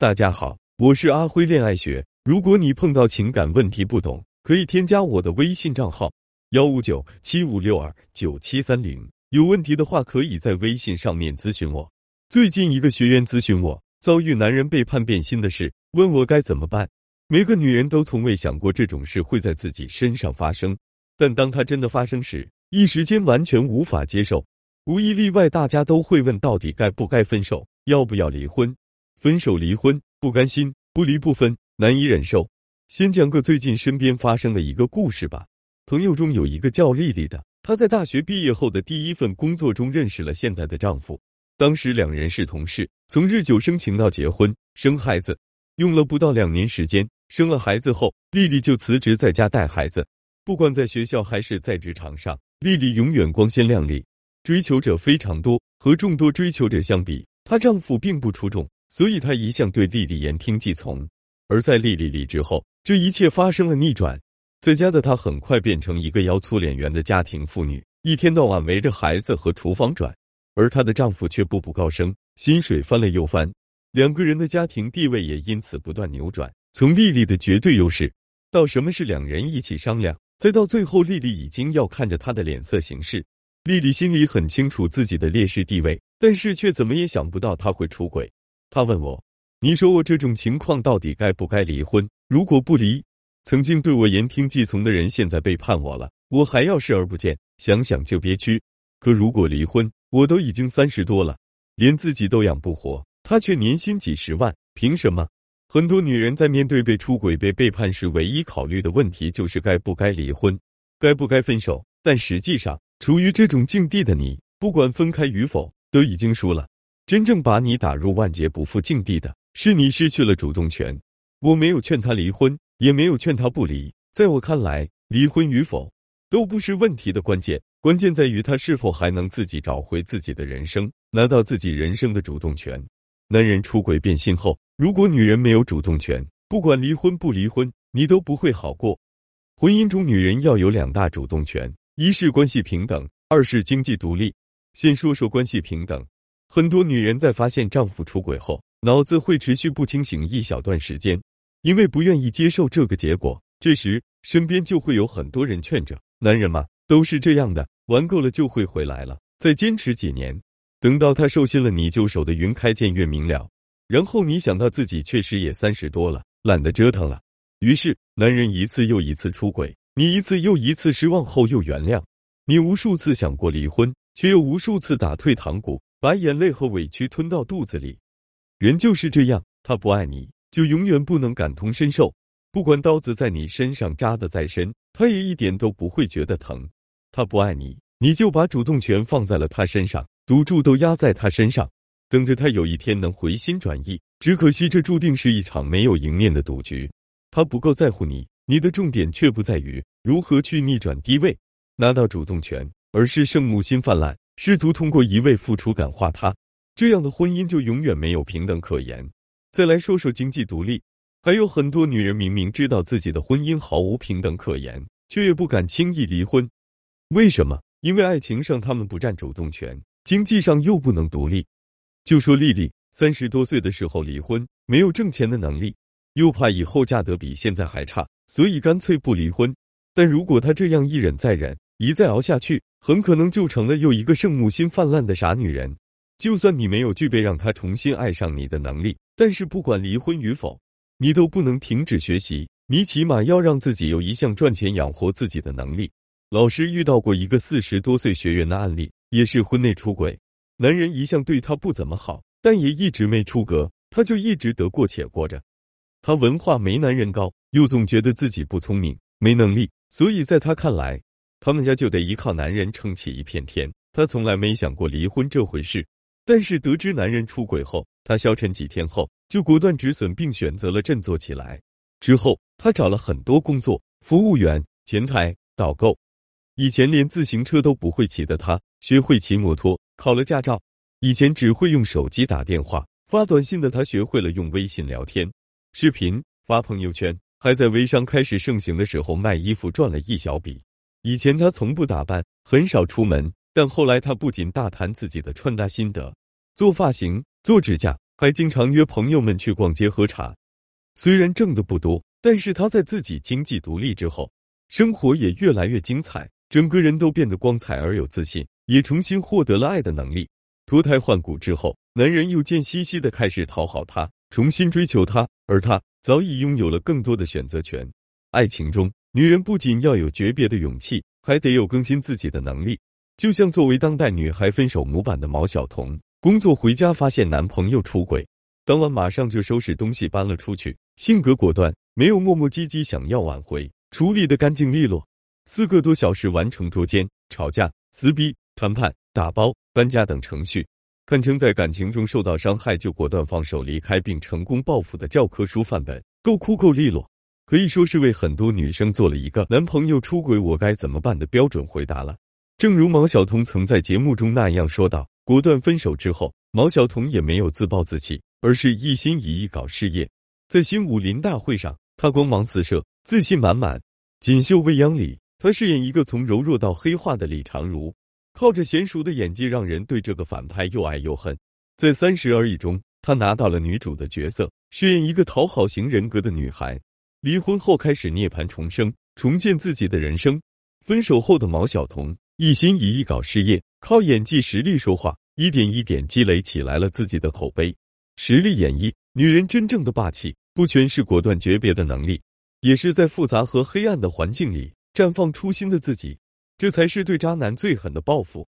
大家好，我是阿辉恋爱学。如果你碰到情感问题不懂，可以添加我的微信账号15975629730，有问题的话可以在微信上面咨询我。最近一个学员咨询我遭遇男人背叛变心的事，问我该怎么办。每个女人都从未想过这种事会在自己身上发生，但当它真的发生时，一时间完全无法接受。无一例外，大家都会问到底该不该分手，要不要离婚。分手离婚，不甘心，不离不分，难以忍受。先讲个最近身边发生的一个故事吧。朋友中有一个叫丽丽的，她在大学毕业后的第一份工作中认识了现在的丈夫。当时两人是同事，从日久生情到结婚生孩子，用了不到2年时间。生了孩子后，丽丽就辞职在家带孩子。不管在学校还是在职场上，丽丽永远光鲜亮丽，追求者非常多。和众多追求者相比，她丈夫并不出众，所以她一向对丽丽言听计从。而在丽丽离职后，这一切发生了逆转。在家的她很快变成一个腰粗脸圆的家庭妇女，一天到晚围着孩子和厨房转。而她的丈夫却步步高升，薪水翻了又翻，两个人的家庭地位也因此不断扭转。从丽丽的绝对优势，到什么是两人一起商量，再到最后丽丽已经要看着他的脸色行事。丽丽心里很清楚自己的劣势地位，但是却怎么也想不到他会出轨。她问我，你说我这种情况到底该不该离婚？如果不离，曾经对我言听计从的人现在背叛我了，我还要视而不见，想想就憋屈。可如果离婚，我都已经30多了，连自己都养不活，他却年薪几十万，凭什么？很多女人在面对被出轨、被背叛时，唯一考虑的问题就是该不该离婚，该不该分手。但实际上，处于这种境地的你，不管分开与否，都已经输了。真正把你打入万劫不复境地的，是你失去了主动权。我没有劝他离婚，也没有劝他不离。在我看来，离婚与否都不是问题的关键，关键在于他是否还能自己找回自己的人生，拿到自己人生的主动权。男人出轨变心后，如果女人没有主动权，不管离婚不离婚，你都不会好过。婚姻中女人要有2大主动权，一是关系平等，二是经济独立。先说说关系平等。很多女人在发现丈夫出轨后，脑子会持续不清醒一小段时间，因为不愿意接受这个结果。这时身边就会有很多人劝着，男人嘛，都是这样的，玩够了就会回来了，再坚持几年，等到他受心了，你就守得云开见月明了。然后你想到自己确实也30多了，懒得折腾了，于是男人一次又一次出轨，你一次又一次失望后又原谅。你无数次想过离婚，却又无数次打退堂鼓，把眼泪和委屈吞到肚子里。人就是这样，他不爱你，就永远不能感同身受。不管刀子在你身上扎得再深，他也一点都不会觉得疼。他不爱你，你就把主动权放在了他身上，赌注都压在他身上，等着他有一天能回心转意。只可惜这注定是一场没有赢面的赌局。他不够在乎你，你的重点却不在于如何去逆转低位，拿到主动权，而是圣母心泛滥，试图通过一味付出感化他。这样的婚姻就永远没有平等可言。再来说说经济独立。还有很多女人明明知道自己的婚姻毫无平等可言，却也不敢轻易离婚。为什么？因为爱情上她们不占主动权，经济上又不能独立。就说丽丽30多岁的时候离婚，没有挣钱的能力，又怕以后嫁得比现在还差，所以干脆不离婚。但如果她这样一忍再忍，一再熬下去，很可能就成了又一个圣母心泛滥的傻女人。就算你没有具备让她重新爱上你的能力，但是不管离婚与否，你都不能停止学习，你起码要让自己有一项赚钱养活自己的能力。老师遇到过一个40多岁学员的案例，也是婚内出轨，男人一向对她不怎么好，但也一直没出格，她就一直得过且过着。她文化没男人高，又总觉得自己不聪明，没能力，所以在她看来，他们家就得依靠男人撑起一片天。她从来没想过离婚这回事，但是得知男人出轨后，她消沉几天后就果断止损，并选择了振作起来。之后她找了很多工作，服务员、前台、导购。以前连自行车都不会骑的她，学会骑摩托，考了驾照。以前只会用手机打电话、发短信的她，学会了用微信聊天、视频、发朋友圈，还在微商开始盛行的时候卖衣服赚了一小笔。以前她从不打扮，很少出门，但后来她不仅大谈自己的穿搭心得，做发型、做指甲， 还经常约朋友们去逛街喝茶。虽然挣得不多，但是他在自己经济独立之后，生活也越来越精彩，整个人都变得光彩而有自信，也重新获得了爱的能力。脱胎换骨之后，男人又贱兮兮地开始讨好她，重新追求她，而她早已拥有了更多的选择权。爱情中，女人不仅要有诀别的勇气，还得有更新自己的能力。就像作为当代女孩分手模板的毛晓彤，工作回家发现男朋友出轨，当晚马上就收拾东西搬了出去，性格果断，没有磨磨唧唧想要挽回，处理得干净利落。4个多小时完成捉奸、吵架、撕逼、谈判、打包、搬家等程序，堪称在感情中受到伤害就果断放手离开并成功报复的教科书范本，够酷够利落，可以说是为很多女生做了一个男朋友出轨我该怎么办的标准回答了。正如毛晓彤曾在节目中那样说道，果断分手之后，毛晓彤也没有自暴自弃，而是一心一意搞事业。在新武林大会上，她光芒四射，自信满满。锦绣未央里，她饰演一个从柔弱到黑化的李长如，靠着娴熟的演技让人对这个反派又爱又恨。在30而已中，她拿到了女主的角色，饰演一个讨好型人格的女孩。离婚后开始涅槃重生，重建自己的人生。分手后的毛晓彤一心一意搞事业，靠演技实力说话，一点一点积累起来了自己的口碑。实力演绎，女人真正的霸气，不全是果断诀别的能力，也是在复杂和黑暗的环境里绽放初心的自己，这才是对渣男最狠的报复。